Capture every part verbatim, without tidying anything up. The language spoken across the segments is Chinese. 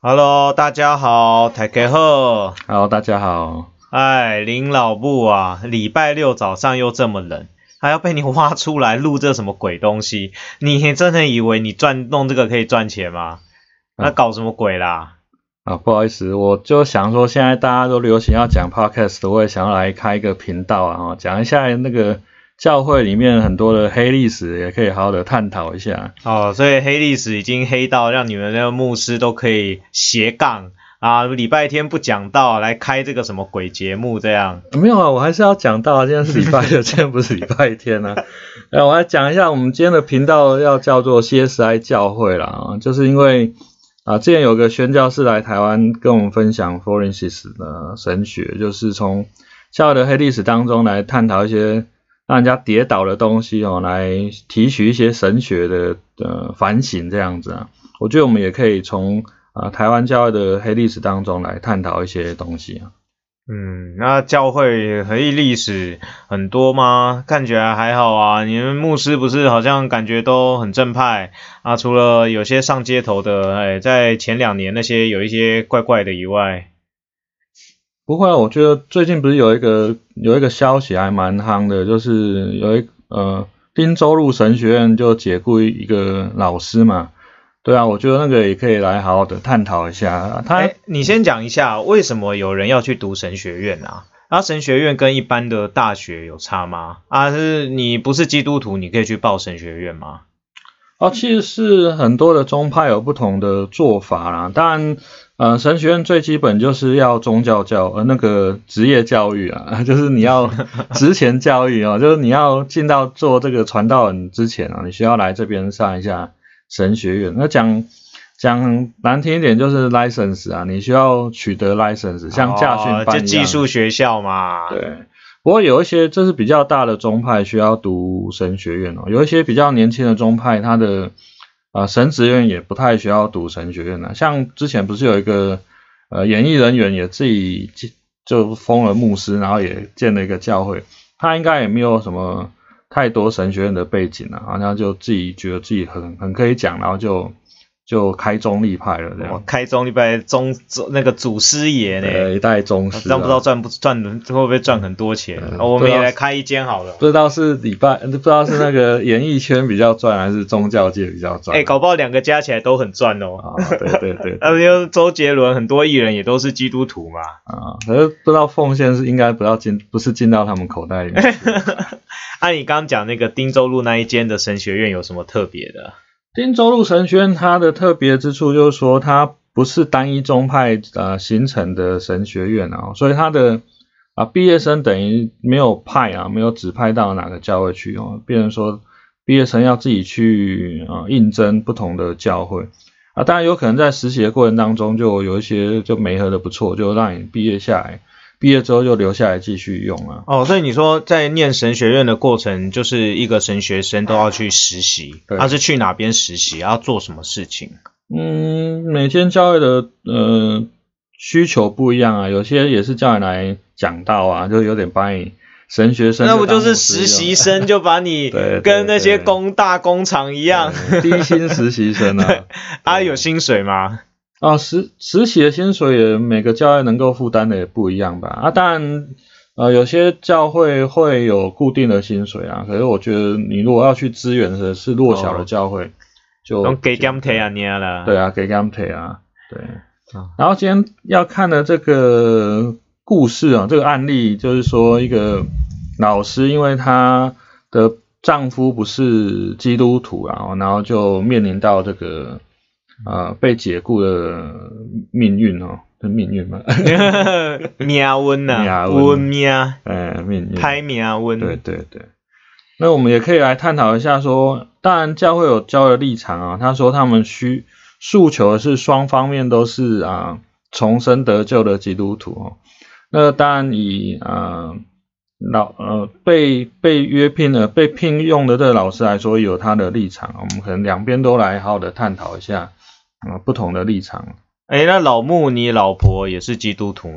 Hello， 大家好，大家好。 Hello， 大家好。 哎，林老布啊，礼拜六早上又这么冷，还要被你挖出来录这什么鬼东西？你真的以为你赚弄这个可以赚钱吗？那搞什么鬼啦？ 啊，不好意思，我就想说，现在大家都流行要讲 podcast， 我也想要来开一个频道啊，讲一下那个教会里面很多的黑历史，也可以好好的探讨一下。 哦，所以黑历史已经黑到让你们那个牧师都可以斜杠啊，礼拜天不讲道来开这个什么鬼节目这样？ 没有啊，我还是要讲道啊，今天是礼拜六，今天不是礼拜天啊。哎，我来讲一下，我们今天的频道要叫做 C S I 教会啦，啊，就是因为啊，之前有个宣教士来台湾跟我们分享 Forensics 的神学，就是从教会的黑历史当中来探讨一些让人家跌倒的东西哦，来提取一些神学的呃反省这样子啊。我觉得我们也可以从啊台湾教会的黑历史当中来探讨一些东西啊。 嗯，那教会黑历史很多吗？看起来还好啊。你们牧师不是好像感觉都很正派啊？除了有些上街头的，哎，在前两年那些有一些怪怪的以外， 不会啊，我觉得最近不是有一个有一个消息还蛮夯的，就是有一呃汀州路神学院就解雇一个老师嘛。对啊，我觉得那个也可以来好好的探讨一下。他， 哎，你先讲一下为什么有人要去读神学院啊？啊，神学院跟一般的大学有差吗？啊，是你不是基督徒，你可以去报神学院吗？ 哦，其实是很多的宗派有不同的做法啦。当然，呃，神学院最基本就是要宗教教呃那个职业教育啊，就是你要职前教育哦，就是你要进到做这个传道人之前啊，你需要来这边上一下神学院。那讲讲难听一点就是 license 啊，你需要取得 license， 像驾训班一样， 哦，就技术学校嘛。 对。不过有一些这是比较大的宗派需要读神学院哦，有一些比较年轻的宗派，他的呃神职院也不太需要读神学院啊。像之前不是有一个呃演艺人员也自己就封了牧师，然后也建了一个教会，他应该也没有什么太多神学院的背景啊，好像就自己觉得自己很很可以讲，然后就就开宗立派了这样。 开宗立派宗那个祖师爷呢？ 对，一代宗师，啊。 这样不知道赚不赚会不会赚很多钱？哦，我们也来开一间好了。 不知道是礼拜，不知道是那个演艺圈比较赚，还是宗教界比较赚。 哎，搞不好两个加起来都很赚哦。 啊，对对对。 那就周杰伦很多艺人也都是基督徒嘛。 啊，可是不知道奉献是应该不要进，不是进到他们口袋里面。 啊，你刚刚讲那个汀州路那一间的神学院有什么特别的？ 汀州路神学院它的特别之处就是说，它不是单一宗派呃形成的神学院啊，所以它的啊毕业生等于没有派啊，没有指派到哪个教会去哦，变成说毕业生要自己去啊应征不同的教会啊，当然有可能在实习的过程当中就有一些就媒合的不错，就让你毕业下来。毕业之后就留下来继续用啊。 哦，所以你说在念神学院的过程，就是一个神学生都要去实习，他、啊、是去哪边实习，要做什么事情？ 嗯，每间教会的呃需求不一样啊，有些也是叫你来讲道啊，就有点把你神学生， 那不就是实习生就把你跟那些工大工厂一样， 低薪实习生啊？ 啊，有薪水吗？ 啊，实实习的薪水也每个教会能够负担的也不一样吧？啊，当然，呃，有些教会会有固定的薪水啊。可是我觉得你如果要去支援的是弱小的教会，哦、就给减退啊，你了。 对啊，给减退啊，对。哦、然后今天要看的这个故事啊，这个案例就是说一个老师，因为她的丈夫不是基督徒啊，然后就面临到这个。呃，被解雇的命运哦，是命运吗？ 命运呐，运命， 哎，命运， 太命运。 对对对。那我们也可以来探讨一下说，当然教会有教会的立场啊，他说他们需诉求的是双方面都是啊重生得救的基督徒哦。那当然以啊。老呃被被约聘的被聘用的这个老师来说有他的立场，我们可能两边都来好好的探讨一下呃不同的立场。 诶，那老木你老婆也是基督徒吗？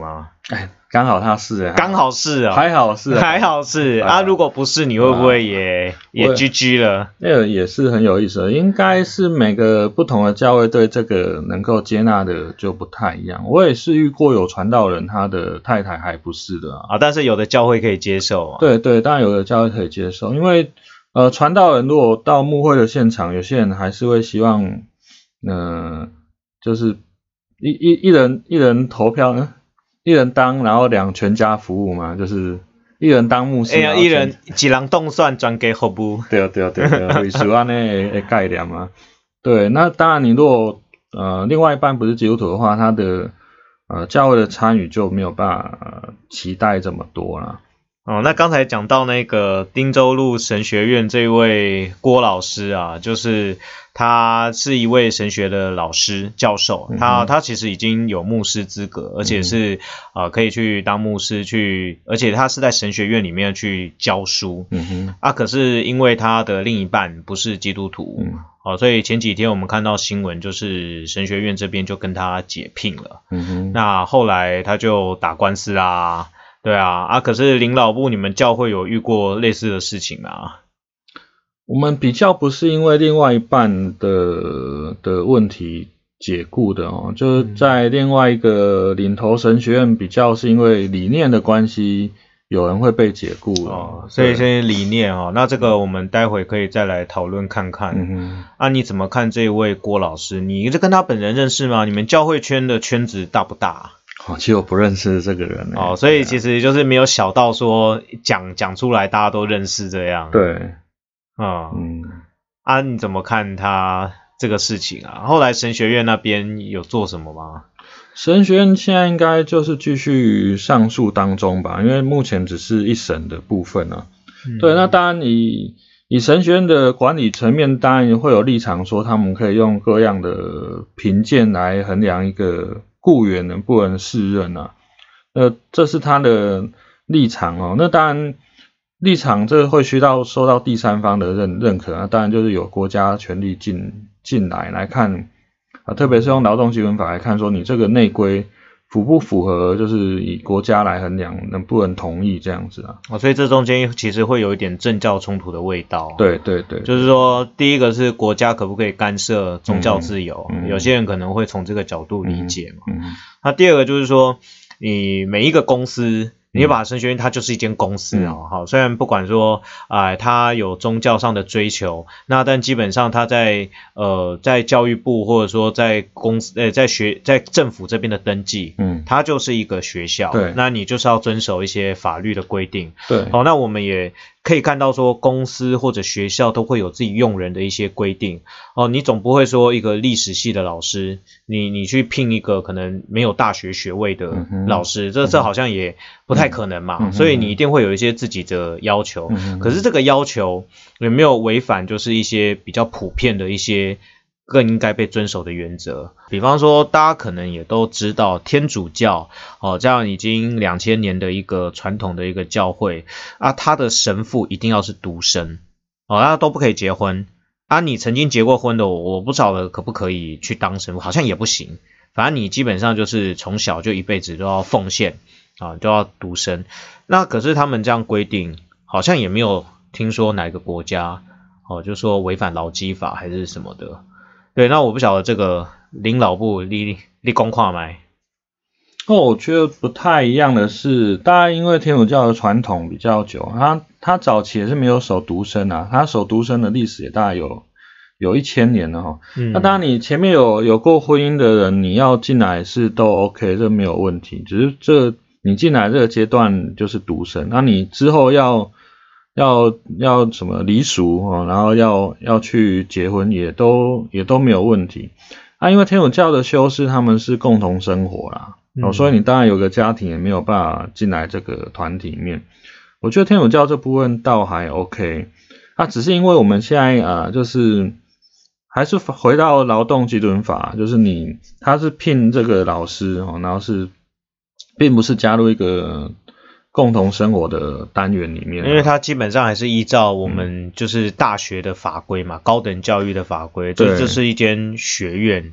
哎，刚好他是， 刚好是啊、哦， 还好是、啊， 还好是啊。如果不是，你会不会也、啊、也 G G 了？ 那个也是很有意思的，应该是每个不同的教会对这个能够接纳的就不太一样。我也是遇过有传道人，他的太太还不是的 啊, 啊，但是有的教会可以接受啊。 对对，当然有的教会可以接受，因为呃，传道人如果到牧会的现场，有些人还是会希望，呃，就是一一一人一人投票，一人当，然后两全家服务嘛，就是一人当牧师， 哎呀，一人几人动算转给服务。 对对对对，类似安尼的概念嘛。对，那当然你如果呃另外一半不是基督徒的话，他的呃教会的参与就没有办法、呃、期待这么多啦。 哦，那刚才讲到那个汀州路神学院这位郭老师啊，就是他是一位神学的老师教授， 嗯、 他他其实已经有牧师资格，而且是、嗯、呃可以去当牧师去，而且他是在神学院里面去教书。 嗯哼， 啊，可是因为他的另一半不是基督徒，嗯，哦，所以前几天我们看到新闻，就是神学院这边就跟他解聘了。 嗯哼， 那后来他就打官司啊。对啊，啊，可是林老部，你们教会有遇过类似的事情吗？ 我们比较不是因为另外一半的的问题解雇的哦，就是在另外一个领头神学院，比较是因为理念的关系，有人会被解雇哦，所以是理念哦，那这个我们待会可以再来讨论看看。 嗯哼， 啊，你怎么看这位郭老师？你是跟他本人认识吗？你们教会圈的圈子大不大？ 哦，其实我不认识这个人、欸、 哦，所以其实就是没有小到说讲讲出来大家都认识这样。 对， 哦、 嗯， 啊，你怎么看他这个事情啊？后来神学院那边有做什么吗？ 神学院现在应该就是继续上诉当中吧，因为目前只是一审的部分啊。嗯、对，那当然以以神学院的管理层面，当然会有立场说他们可以用各样的评鉴来衡量一个雇员能不能胜任啊，呃，这是他的立场哦。那当然，立场这会需要受到第三方的认认可啊。当然就是有国家权力进进来来看啊，特别是用劳动基本法来看，说你这个内规符不符合，就是以国家来衡量能不能同意这样子啊。 哦，所以这中间其实会有一点政教冲突的味道。 对对 对, 对， 就是说，第一个是国家可不可以干涉宗教自由，嗯、有些人可能会从这个角度理解嘛。嗯嗯、那第二个就是说，你每一个公司，你把神学院它就是一间公司啊、哦，好、嗯，虽然不管说啊、呃，它有宗教上的追求，那但基本上它在呃在教育部或者说在公司呃在学在政府这边的登记，嗯，它就是一个学校， 对， 那你就是要遵守一些法律的规定， 对， 好、哦，那我们也可以看到说公司或者学校都会有自己用人的一些规定，哦，你总不会说一个历史系的老师，你你去聘一个可能没有大学学位的老师，嗯、这这好像也不太可能嘛，嗯、所以你一定会有一些自己的要求，嗯、可是这个要求有没有违反就是一些比较普遍的一些更应该被遵守的原则？比方说大家可能也都知道天主教哦，这样已经两千年的一个传统的一个教会啊，他的神父一定要是独身哦，那都不可以结婚啊，你曾经结过婚的，我不晓得可不可以去当神父，好像也不行，反正你基本上就是从小就一辈子都要奉献啊，就要独身。那可是他们这样规定，好像也没有听说哪个国家哦，就说违反劳基法还是什么的。对，那我不晓得这个林老部你你公话没？ 哦，我觉得不太一样的是，大概因为天主教的传统比较久，他他早期也是没有守独身啊，他守独身的历史也大概有有一千年了哈。嗯、那当然你前面有有过婚姻的人，你要进来是都 OK， 这没有问题，只是这你进来这个阶段就是独身，那你之后要要要什么离俗哦，然后要要去结婚也都也都没有问题。啊，因为天主教的修士他们是共同生活啦，哦，所以你当然有个家庭也没有办法进来这个团体里面。我觉得天主教这部分倒还 OK， 啊，只是因为我们现在啊，就是还是回到劳动基准法，就是你他是聘这个老师哦，然后是并不是加入一个共同生活的单元里面、啊， 因为它基本上还是依照我们就是大学的法规嘛，嗯、高等教育的法规，这这是一间学院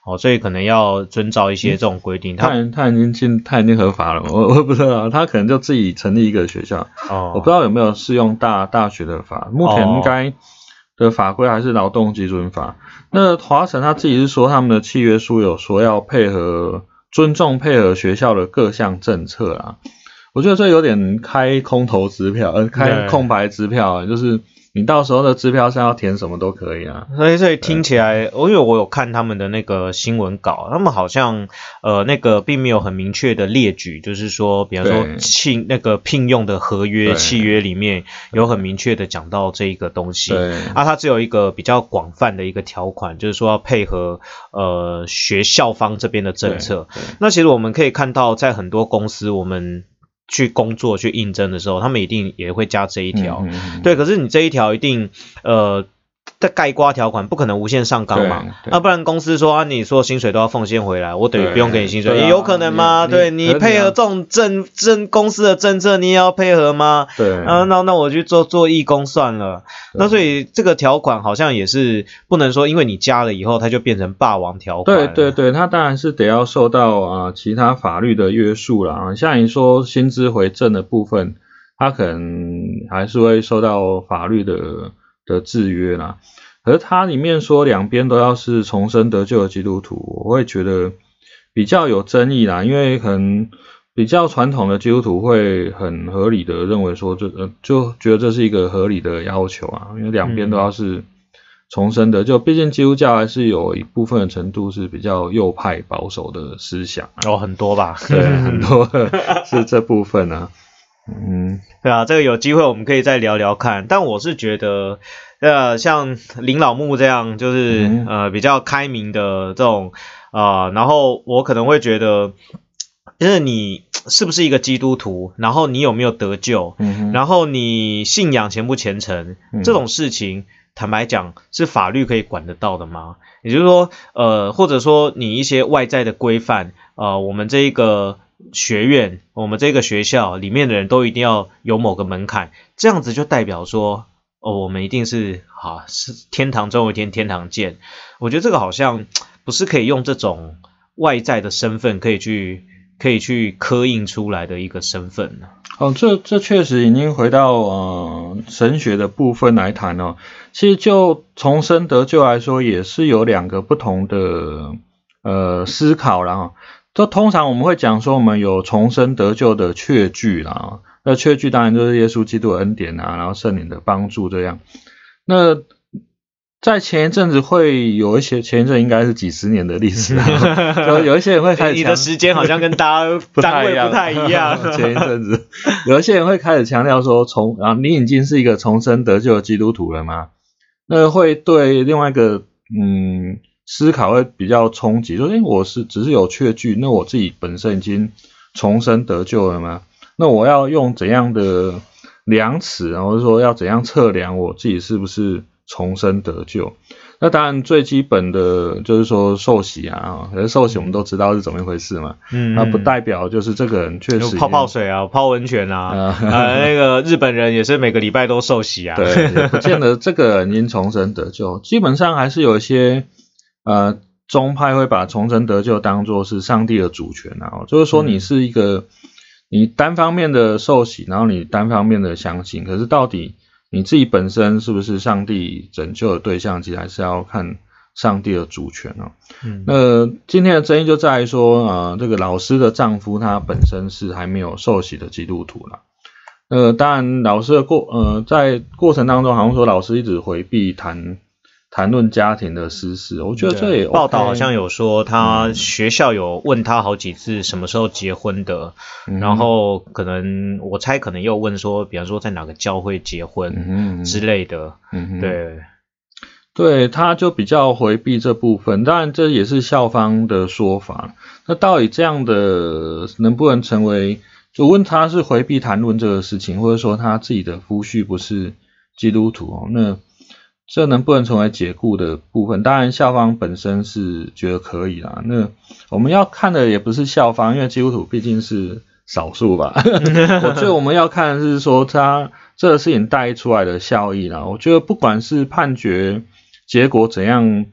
哦，所以可能要遵照一些这种规定。 他他已经进，他已经合法了，我我不知道，他可能就自己成立一个学校，哦，我不知道有没有适用大大学的法，目前应该的法规还是劳动基准法。那华城他自己是说，他们的契约书有说要配合尊重配合学校的各项政策啦。我觉得这有点开空头支票，呃，开空白支票，就是你到时候的支票上要填什么都可以啊。 所以所以听起来，我因为我有看他们的那个新闻稿，他们好像呃那个并没有很明确的列举，就是说，比方说聘那个聘用的合约契约里面有很明确的讲到这一个东西。 对啊，它只有一个比较广泛的一个条款，就是说要配合呃学校方这边的政策。那其实我们可以看到，在很多公司我们去工作去应征的时候，他们一定也会加这一条，嗯嗯对。可是你这一条一定呃的概括条款不可能无限上纲嘛，那、啊、不然公司说啊，你说薪水都要奉献回来，我等于不用给你薪水，也、啊、有可能吗？你对 你, 你配合这种政政公司的政策，你也要配合吗？ 对啊，那那我去做做义工算了。那所以这个条款好像也是不能说，因为你加了以后，它就变成霸王条款。 对对对，它当然是得要受到啊、呃、其他法律的约束啦。像你说薪资回正的部分，它可能还是会受到法律的的制约啦。可是它里面说两边都要是重生得救的基督徒，我会觉得比较有争议啦，因为可能比较传统的基督徒会很合理的认为说这呃就觉得这是一个合理的要求啊，因为两边都要是重生得救，毕竟基督教还是有一部分的程度是比较右派保守的思想、啊， 有、哦、很多吧， 对，很多是这部分啊。嗯， 对啊，这个有机会我们可以再聊聊看。但我是觉得，呃，像林老木这样，就是、嗯、呃比较开明的这种啊、呃，然后我可能会觉得，就是你是不是一个基督徒，然后你有没有得救，嗯、然后你信仰虔不虔诚、嗯，这种事情，坦白讲，是法律可以管得到的吗？也就是说，呃，或者说你一些外在的规范，呃，我们这一个学院，我们这个学校里面的人都一定要有某个门槛，这样子就代表说，哦，我们一定是好是天堂终有一天天堂见。我觉得这个好像不是可以用这种外在的身份可以去可以去刻印出来的一个身份。 哦，这这确实已经回到呃神学的部分来谈哦。其实就重生得救来说，也是有两个不同的呃思考啦。就通常我们会讲说，我们有重生得救的确据啦，那确据当然就是耶稣基督的恩典啊，然后圣灵的帮助这样。那在前一阵子会有一些，前一阵应该是几十年的历史啊，就有一些人会开始， 你的时间好像跟大家单位不太一样。 前一阵子，有一些人会开始强调说，从啊，你已经是一个重生得救的基督徒了吗？那会对另外一个嗯。思考会比较冲击，说诶我是只是有确据，那我自己本身已经重生得救了吗？那我要用怎样的量尺，然后说要怎样测量我自己是不是重生得救？那当然最基本的就是说受洗啊，可是受洗我们都知道是怎么一回事嘛，嗯，那不代表就是这个人确实泡泡水啊，泡温泉啊，呃、啊，那个日本人也是每个礼拜都受洗啊， 对，也不见得这个人已经重生得救，基本上还是有一些。呃，宗派会把重生得救当作是上帝的主权啊，就是说你是一个、嗯、你单方面的受洗，然后你单方面的相信，可是到底你自己本身是不是上帝拯救的对象，其实还是要看上帝的主权哦。嗯、那今天的争议就在于说，呃，这个老师的丈夫他本身是还没有受洗的基督徒啦。呃，当然老师的过呃在过程当中，好像说老师一直回避谈。谈论家庭的私事，我觉得这也、OK、 报道好像有说他学校有问他好几次什么时候结婚的，嗯、然后可能我猜可能又问说，比方说在哪个教会结婚之类的，嗯、对， 对，他就比较回避这部分，当然这也是校方的说法。那到底这样的能不能成为？就问他是回避谈论这个事情，或者说他自己的夫婿不是基督徒哦，那。这能不能成为解雇的部分？当然校方本身是觉得可以啦。那我们要看的也不是校方，因为基督徒毕竟是少数吧。我觉得我们要看的是说他这个事情带出来的效益啦。我觉得不管是判决结果怎样，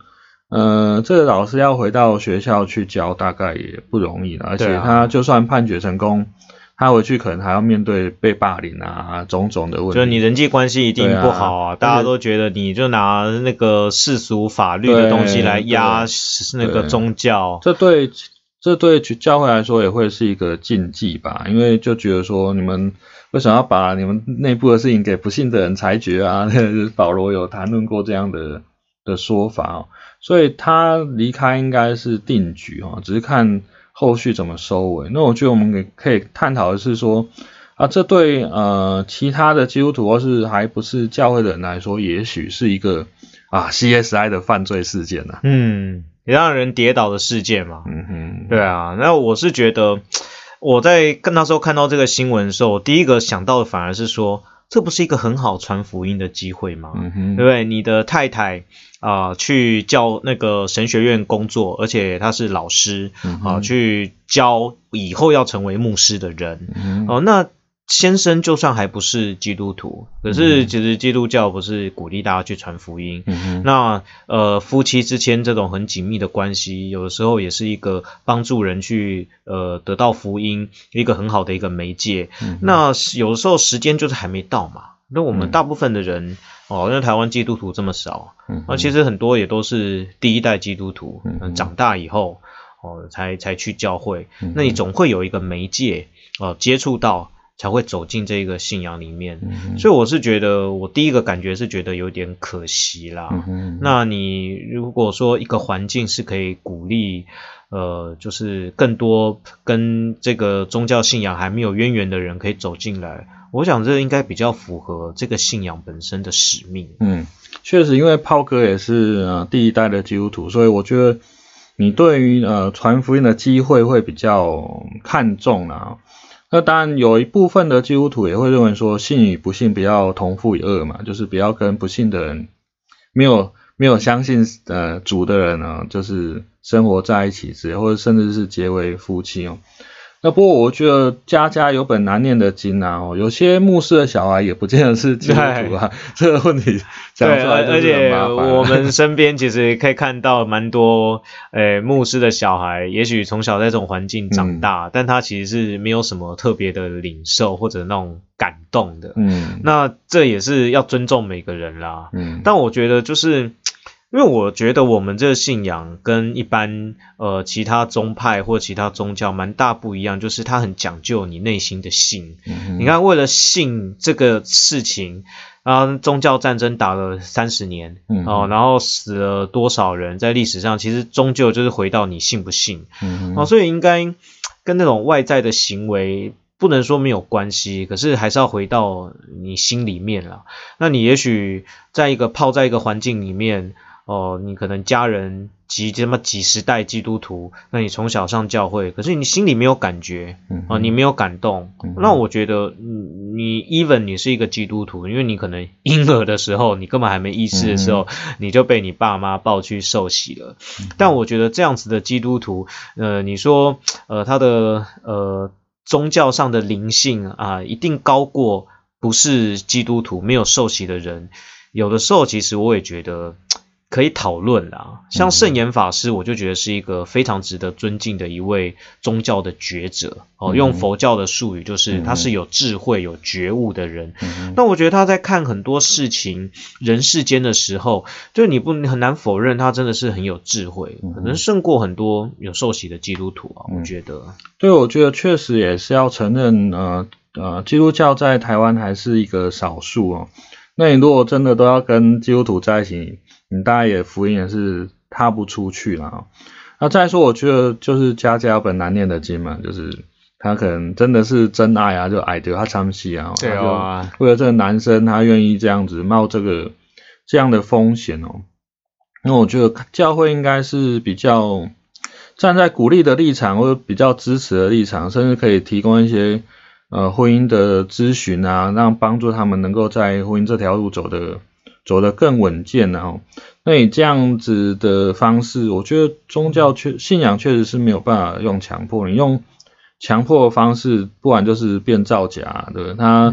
呃，这个老师要回到学校去教，大概也不容易了，而且他就算判决成功，他回去可能还要面对被霸凌啊，种种的问题。 就是你人际关系一定不好啊，啊大家都觉得你就拿那个世俗法律的东西来压那个宗教， 这对这对教会来说也会是一个禁忌吧，因为就觉得说你们为什么要把你们内部的事情给不信的人裁决啊？保罗有谈论过这样的的说法哦。所以他离开应该是定局哦，只是看后续怎么收尾。那我觉得我们可以探讨的是说啊，这对呃其他的基督徒或是还不是教会的人来说，也许是一个啊 C S I 的犯罪事件啊， 嗯，也让人跌倒的事件嘛。 嗯哼， 对啊，那我是觉得我在跟那时候看到这个新闻的时候，我第一个想到的反而是说，这不是一个很好传福音的机会吗？ 嗯哼， 对不对？你的太太啊、呃，去教那个神学院工作，而且她是老师啊、 嗯呃，去教以后要成为牧师的人。 嗯哦、呃，那先生就算还不是基督徒，可是其实基督教不是鼓励大家去传福音。 嗯那呃，夫妻之间这种很紧密的关系，有的时候也是一个帮助人去呃得到福音一个很好的一个媒介。 嗯那有的时候时间就是还没到嘛。那我们大部分的人、嗯、哦，因为台湾基督徒这么少， 嗯， 那其实很多也都是第一代基督徒， 嗯， 嗯、长大以后哦才才去教会。 嗯， 那你总会有一个媒介哦接触到，才会走进这个信仰里面。 嗯， 所以我是觉得，我第一个感觉是觉得有点可惜啦。 嗯， 那你如果说一个环境是可以鼓励。呃，就是更多跟这个宗教信仰还没有渊源的人可以走进来，我想这应该比较符合这个信仰本身的使命。 嗯，确实，因为炮哥也是呃第一代的基督徒，所以我觉得你对于呃传福音的机会会比较看重啦。那当然有一部分的基督徒也会认为说，信与不信不要同父与恶嘛，就是不要跟不信的人没有没有相信呃主的人呢，就是生活在一起之类，或者甚至是结为夫妻哦。那不过我觉得家家有本难念的经啊，哦，有些牧师的小孩也不见得是基督徒啊，这个问题讲出来就是很麻烦。 而且我们身边其实可以看到蛮多诶牧师的小孩，也许从小在这种环境长大，嗯、但他其实是没有什么特别的领受或者那种感动的。 嗯， 那这也是要尊重每个人啦。 嗯， 但我觉得就是。因为我觉得我们这个信仰跟一般呃其他宗派或其他宗教蛮大不一样，就是它很讲究你内心的信。 嗯、 你看，为了信这个事情，啊，宗教战争打了三十年， 嗯、 哦，然后死了多少人，在历史上其实终究就是回到你信不信。 嗯、 哦，所以应该跟那种外在的行为。不能说没有关系，可是还是要回到你心里面啦。那你也许在一个泡在一个环境里面，哦，你可能家人几这么几十代基督徒，那你从小上教会，可是你心里没有感觉， 嗯、 哦，你没有感动， 嗯、 那我觉得你 even 你是一个基督徒，因为你可能婴儿的时候，你根本还没意识的时候，嗯、你就被你爸妈抱去受洗了。 嗯、 但我觉得这样子的基督徒，呃，你说呃他的呃。宗教上的灵性啊，一定高过不是基督徒没有受洗的人。有的时候其实我也觉得可以讨论啦。像圣严法师，我就觉得是一个非常值得尊敬的一位宗教的觉者。哦，用佛教的术语就是他是有智慧、有觉悟的人。 嗯、 那我觉得他在看很多事情、人世间的时候，就你不很难否认他真的是很有智慧， 嗯、 可能胜过很多有受洗的基督徒啊。 嗯、 我觉得， 对，我觉得确实也是要承认，呃呃，基督教在台湾还是一个少数哦。那你如果真的都要跟基督徒在一起，你大概也福音也是踏不出去啦。那再说，我觉得就是家家有本难念的经嘛，就是他可能真的是真爱啊，就爱对他参戏啊， 对啊， 为了这个男生，他愿意这样子冒这个这样的风险哦。那我觉得教会应该是比较站在鼓励的立场，或者比较支持的立场，甚至可以提供一些呃婚姻的咨询啊，让帮助他们能够在婚姻这条路走得走得更稳健啊。那你这样子的方式，我觉得宗教确信仰确实是没有办法用强迫，你用强迫的方式，不然就是变造假，对不对？他、嗯、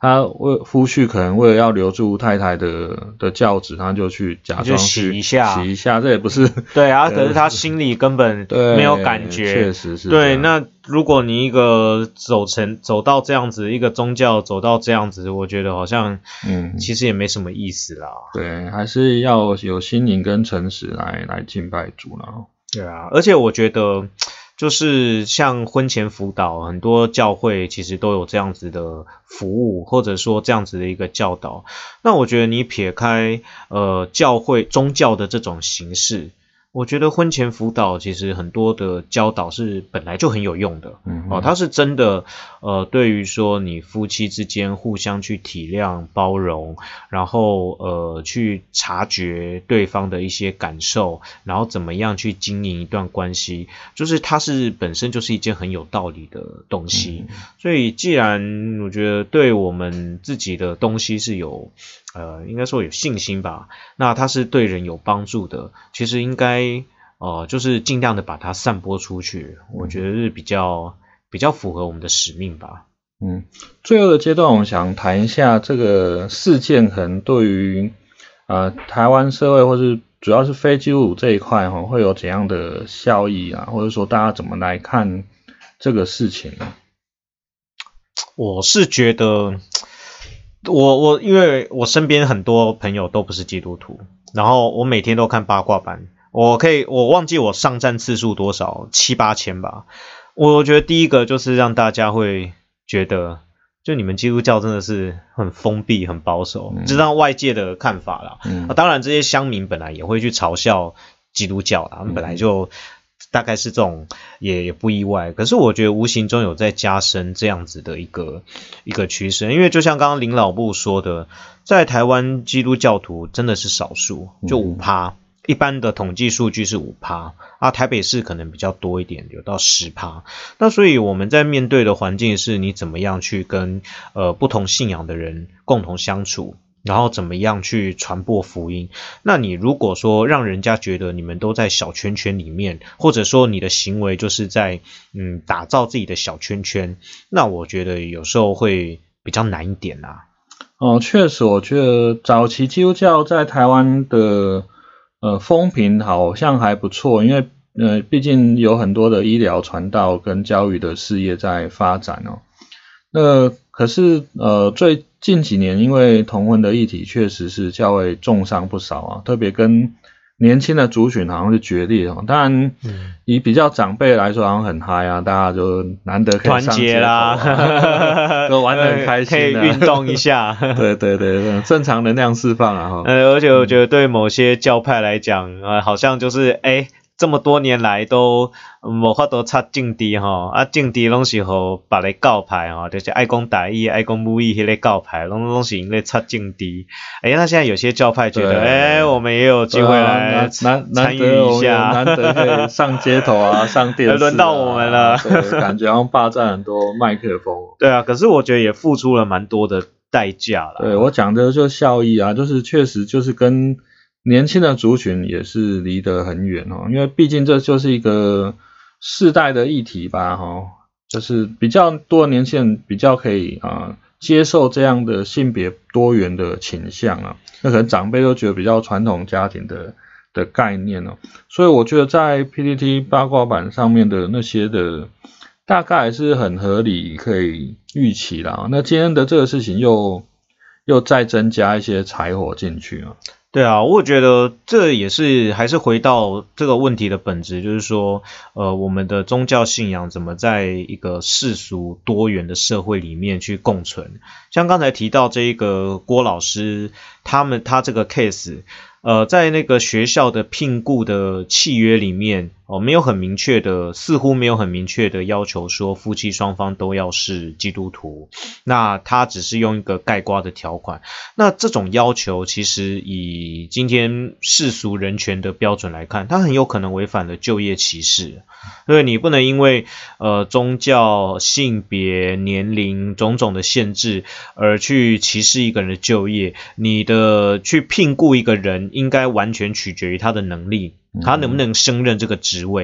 他为夫婿可能为了要留住太太的的教旨，他就去假装去洗一下， 洗一下，这也不是对啊，可是他心里根本没有感觉， 确实是对。那如果你一个走成走到这样子，一个宗教走到这样子，我觉得好像嗯，其实也没什么意思啦。 对，还是要有心灵跟诚实来来敬拜主啦。 对啊，而且我觉得。就是像婚前辅导，很多教会其实都有这样子的服务，或者说这样子的一个教导。那我觉得你撇开呃教会宗教的这种形式，我觉得婚前辅导其实很多的教导是本来就很有用的，嗯、哦，它是真的，呃，对于说你夫妻之间互相去体谅、包容，然后呃去察觉对方的一些感受，然后怎么样去经营一段关系，就是它是本身就是一件很有道理的东西。嗯、所以既然我觉得对我们自己的东西是有。呃，应该说有信心吧，那它是对人有帮助的，其实应该呃就是尽量的把它散播出去，我觉得是比较比较符合我们的使命吧。 嗯，最后的阶段，我想谈一下这个事件可能对于呃台湾社会或是主要是非基督徒这一块哈、哦，会有怎样的效益啊，或者说大家怎么来看这个事情呢？ 我是觉得。我我因为我身边很多朋友都不是基督徒，然后我每天都看八卦版，我可以我忘记我上站次数多少，七八千吧。我觉得第一个就是让大家会觉得，就你们基督教真的是很封闭、很保守，这、嗯、让外界的看法啦、嗯啊。当然，这些乡民本来也会去嘲笑基督教啦，他们本来就。大概是这种也也不意外，可是我觉得无形中有在加深这样子的一个一个趋势，因为就像刚刚林老布说的，在台湾基督教徒真的是少数，就 百分之五， 一般的统计数据是 百分之五， 啊，台北市可能比较多一点，有到 百分之十， 那所以我们在面对的环境是你怎么样去跟呃不同信仰的人共同相处。然后怎么样去传播福音？那你如果说让人家觉得你们都在小圈圈里面，或者说你的行为就是在嗯打造自己的小圈圈，那我觉得有时候会比较难一点啊。 哦，确实，我觉得早期基督教在台湾的呃风评好像还不错，因为呃毕竟有很多的医疗传道跟教育的事业在发展哦。那可是呃最近几年因为同婚的议题确实是教会重伤不少啊，特别跟年轻的族群好像是决裂哦。当然以比较长辈来说好像很嗨啊，大家就难得可以上街头、啊、 团结啦都玩得很开心、啊、 可以运动一下对对对，正常能量释放啊。 呃，而且我觉得对某些教派来讲呃，好像就是诶这么多年来都无法度插政治吼，啊政治拢是互别个教派吼，就是爱讲台语、爱讲母语迄个教派，拢拢是因咧插政治。哎，那现在有些教派觉得，哎，我们也有机会来参与一下， 难得可以上街头啊，上电视、啊， 轮到我们了， 感觉好像霸占很多麦克风。 对啊，可是我觉得也付出了蛮多的代价啦。 对，我讲的就效益啊，就是确实就是跟。年轻的族群也是离得很远哦，因为毕竟这就是一个世代的议题吧，哈，就是比较多的年轻人比较可以啊、呃、接受这样的性别多元的倾向啊，那可能长辈都觉得比较传统家庭的的概念哦，所以我觉得在 P T T 八卦版上面的那些的大概还是很合理，可以预期啦。那今天的这个事情又又再增加一些柴火进去啊。 对啊，我觉得这也是还是回到这个问题的本质，就是说，呃，我们的宗教信仰怎么在一个世俗多元的社会里面去共存？像刚才提到这一个郭老师，他们他这个 case， 呃，在那个学校的聘雇的契约里面，哦，没有很明确的，似乎没有很明确的要求说夫妻双方都要是基督徒，那他只是用一个概括的条款。那这种要求其实以今天世俗人权的标准来看，它很有可能违反了就业歧视。所以你不能因为呃宗教、性别、年龄种种的限制而去歧视一个人的就业。你的去聘雇一个人应该完全取决于他的能力，他能不能胜任这个职位。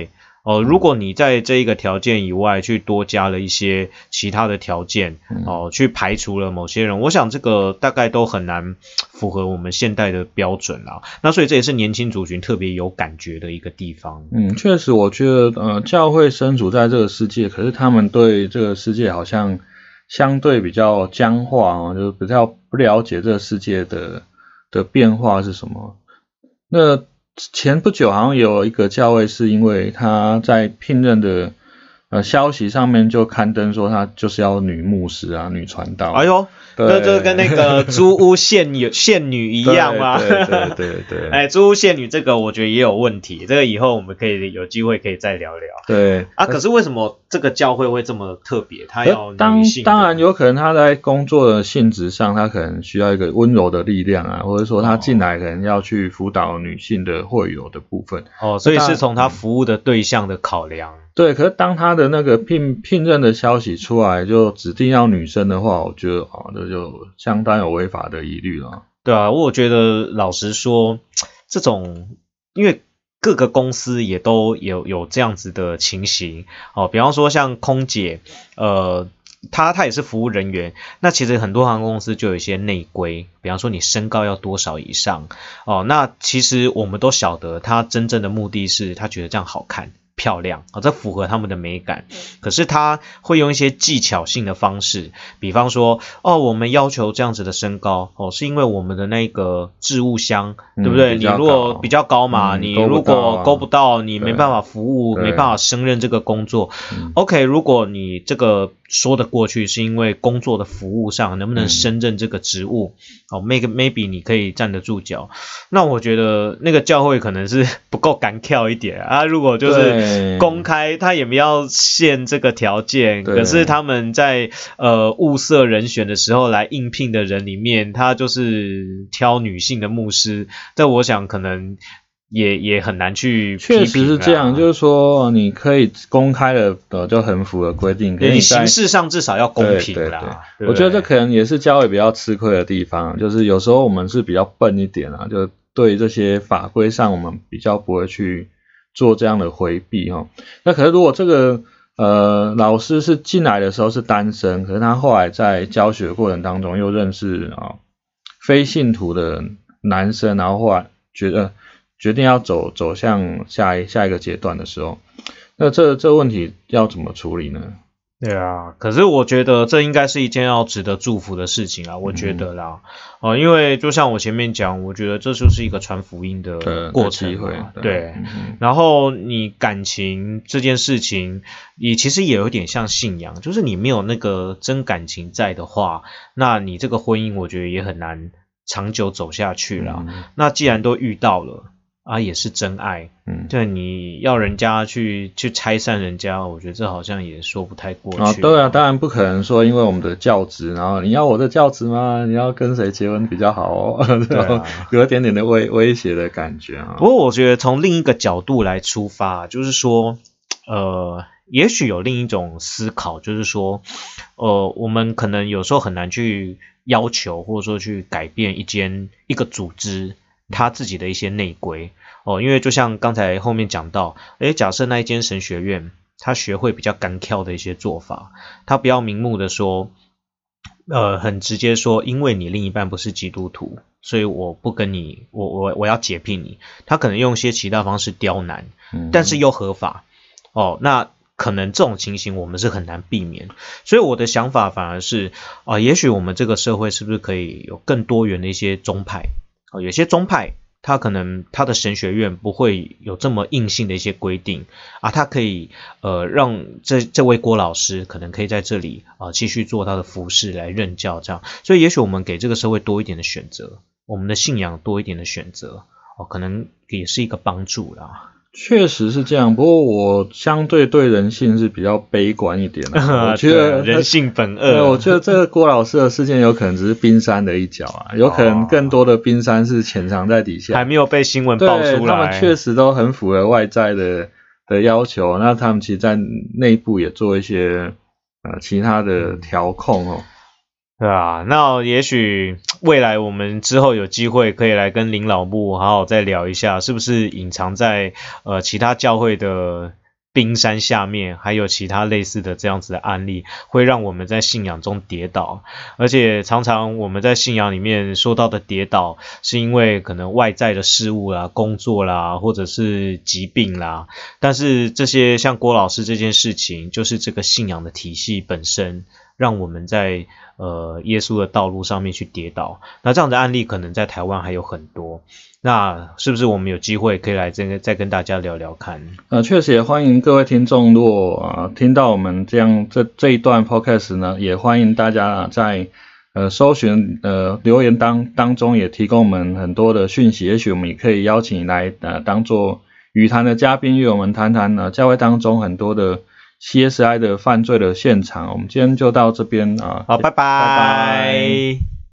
哦，如果你在这一个条件以外去多加了一些其他的条件，哦，去排除了某些人，我想这个大概都很难符合我们现代的标准啦。那所以这也是年轻族群特别有感觉的一个地方。 嗯，确实，我觉得呃，教会身处在这个世界，可是他们对这个世界好像相对比较僵化哦，就是比较不了解这个世界的的变化是什么。那前不久好像有一个教会是因为他在聘任的呃消息上面就刊登说他就是要女牧师啊、女传道。 哎呦，这就跟那个租屋限女限女一样嘛。 对对对对。 哎，租屋限女这个我觉得也有问题，这个以后我们可以有机会可以再聊聊。 对啊，可是为什么这个教会会这么特别？他要女性的？ 当当然有可能他在工作的性质上，他可能需要一个温柔的力量啊，或者说他进来可能要去辅导女性的会友的部分。 哦，所以是从他服务的对象的考量。 对，可是当他的那个聘聘任的消息出来，就指定要女生的话，我觉得哦，这就相当有违法的疑虑了。 对啊，我觉得老实说，这种因为各个公司也都有有这样子的情形哦，比方说像空姐，呃，她她也是服务人员，那其实很多航空公司就有一些内规，比方说你身高要多少以上哦，那其实我们都晓得，他真正的目的是他觉得这样好看。漂亮啊，这符合他们的美感。可是他会用一些技巧性的方式，比方说，哦，我们要求这样子的身高，哦，是因为我们的那个置物箱，嗯、对不对？你如果比较高嘛，嗯、你如果勾不到，你没办法服务，没办法胜任这个工作。OK， 如果你这个说得过去，是因为工作的服务上能不能胜任这个职务，嗯、哦 ，maybe maybe 你可以站得住脚。那我觉得那个教会可能是不够敢跳一点啊，如果就是。公开他也不要限这个条件，可是他们在呃物色人选的时候来应聘的人里面，他就是挑女性的牧师，这我想可能也也很难去批评。 确实是这样，就是说你可以公开的呃就很符合规定， 你形式上至少要公平啦。 对对对，我觉得这可能也是教会比较吃亏的地方，就是有时候我们是比较笨一点啊，就对这些法规上我们比较不会去做这样的回避哈，那可是如果这个呃老师是进来的时候是单身，可是他后来在教学过程当中又认识啊、哦、非信徒的男生，然后后来觉得决定要走走向下一下一个阶段的时候，那这这问题要怎么处理呢？ 对啊，可是我觉得这应该是一件要值得祝福的事情啊，我觉得啦，哦、嗯呃，因为就像我前面讲，我觉得这就是一个传福音的过程嘛，对，对嗯、然后你感情这件事情，也其实也有点像信仰，就是你没有那个真感情在的话，那你这个婚姻我觉得也很难长久走下去啦。嗯、那既然都遇到了。啊，也是真爱，嗯，对，你要人家去去拆散人家，我觉得这好像也说不太过去。 啊，对啊，当然不可能说因为我们的教职，然后你要我的教职吗？你要跟谁结婚比较好哦？对啊、有一点点的威威胁的感觉啊。 不过我觉得从另一个角度来出发，就是说，呃，也许有另一种思考，就是说，呃，我们可能有时候很难去要求或者说去改变一间一个组织。他自己的一些内规哦，因为就像刚才后面讲到，诶，假设那一间神学院，他学会比较干跳的一些做法，他不要明目的说，呃，很直接说，因为你另一半不是基督徒，所以我不跟你，我我我要解聘你，他可能用一些其他方式刁难，但是又合法哦，那可能这种情形我们是很难避免，所以我的想法反而是啊、呃，也许我们这个社会是不是可以有更多元的一些宗派。哦，有些宗派，他可能他的神学院不会有这么硬性的一些规定啊，他可以呃让这这位郭老师可能可以在这里啊、呃、继续做他的服事来任教这样，所以也许我们给这个社会多一点的选择，我们的信仰多一点的选择，哦，可能也是一个帮助啦。 确实是这样，不过我相对对人性是比较悲观一点的。我觉得人性本恶。 我觉得这个郭老师的事件有可能只是冰山的一角啊，有可能更多的冰山是潜藏在底下， 还没有被新闻爆出来。 对，他们确实都很符合外在的的要求，那他们其实在内部也做一些呃其他的调控哦。 对啊，那也许未来我们之后有机会可以来跟林老木好好再聊一下，是不是隐藏在呃其他教会的冰山下面还有其他类似的这样子的案例，会让我们在信仰中跌倒，而且常常我们在信仰里面说到的跌倒，是因为可能外在的事物啦、工作啦，或者是疾病啦，但是这些像郭老师这件事情，就是这个信仰的体系本身，让我们在呃耶稣的道路上面去跌倒。那这样的案例可能在台湾还有很多，那是不是我们有机会可以来这个再跟大家聊聊看？ 呃，确实也欢迎各位听众，如果啊、呃、听到我们这样这这一段 podcast 呢，也欢迎大家、啊、在呃搜寻呃留言当当中也提供我们很多的讯息，也许我们也可以邀请你来呃当做语坛的嘉宾，与我们谈谈呢教会当中很多的 C S I 的犯罪的现场。我们今天就到这边啊， 好，拜拜。 拜拜。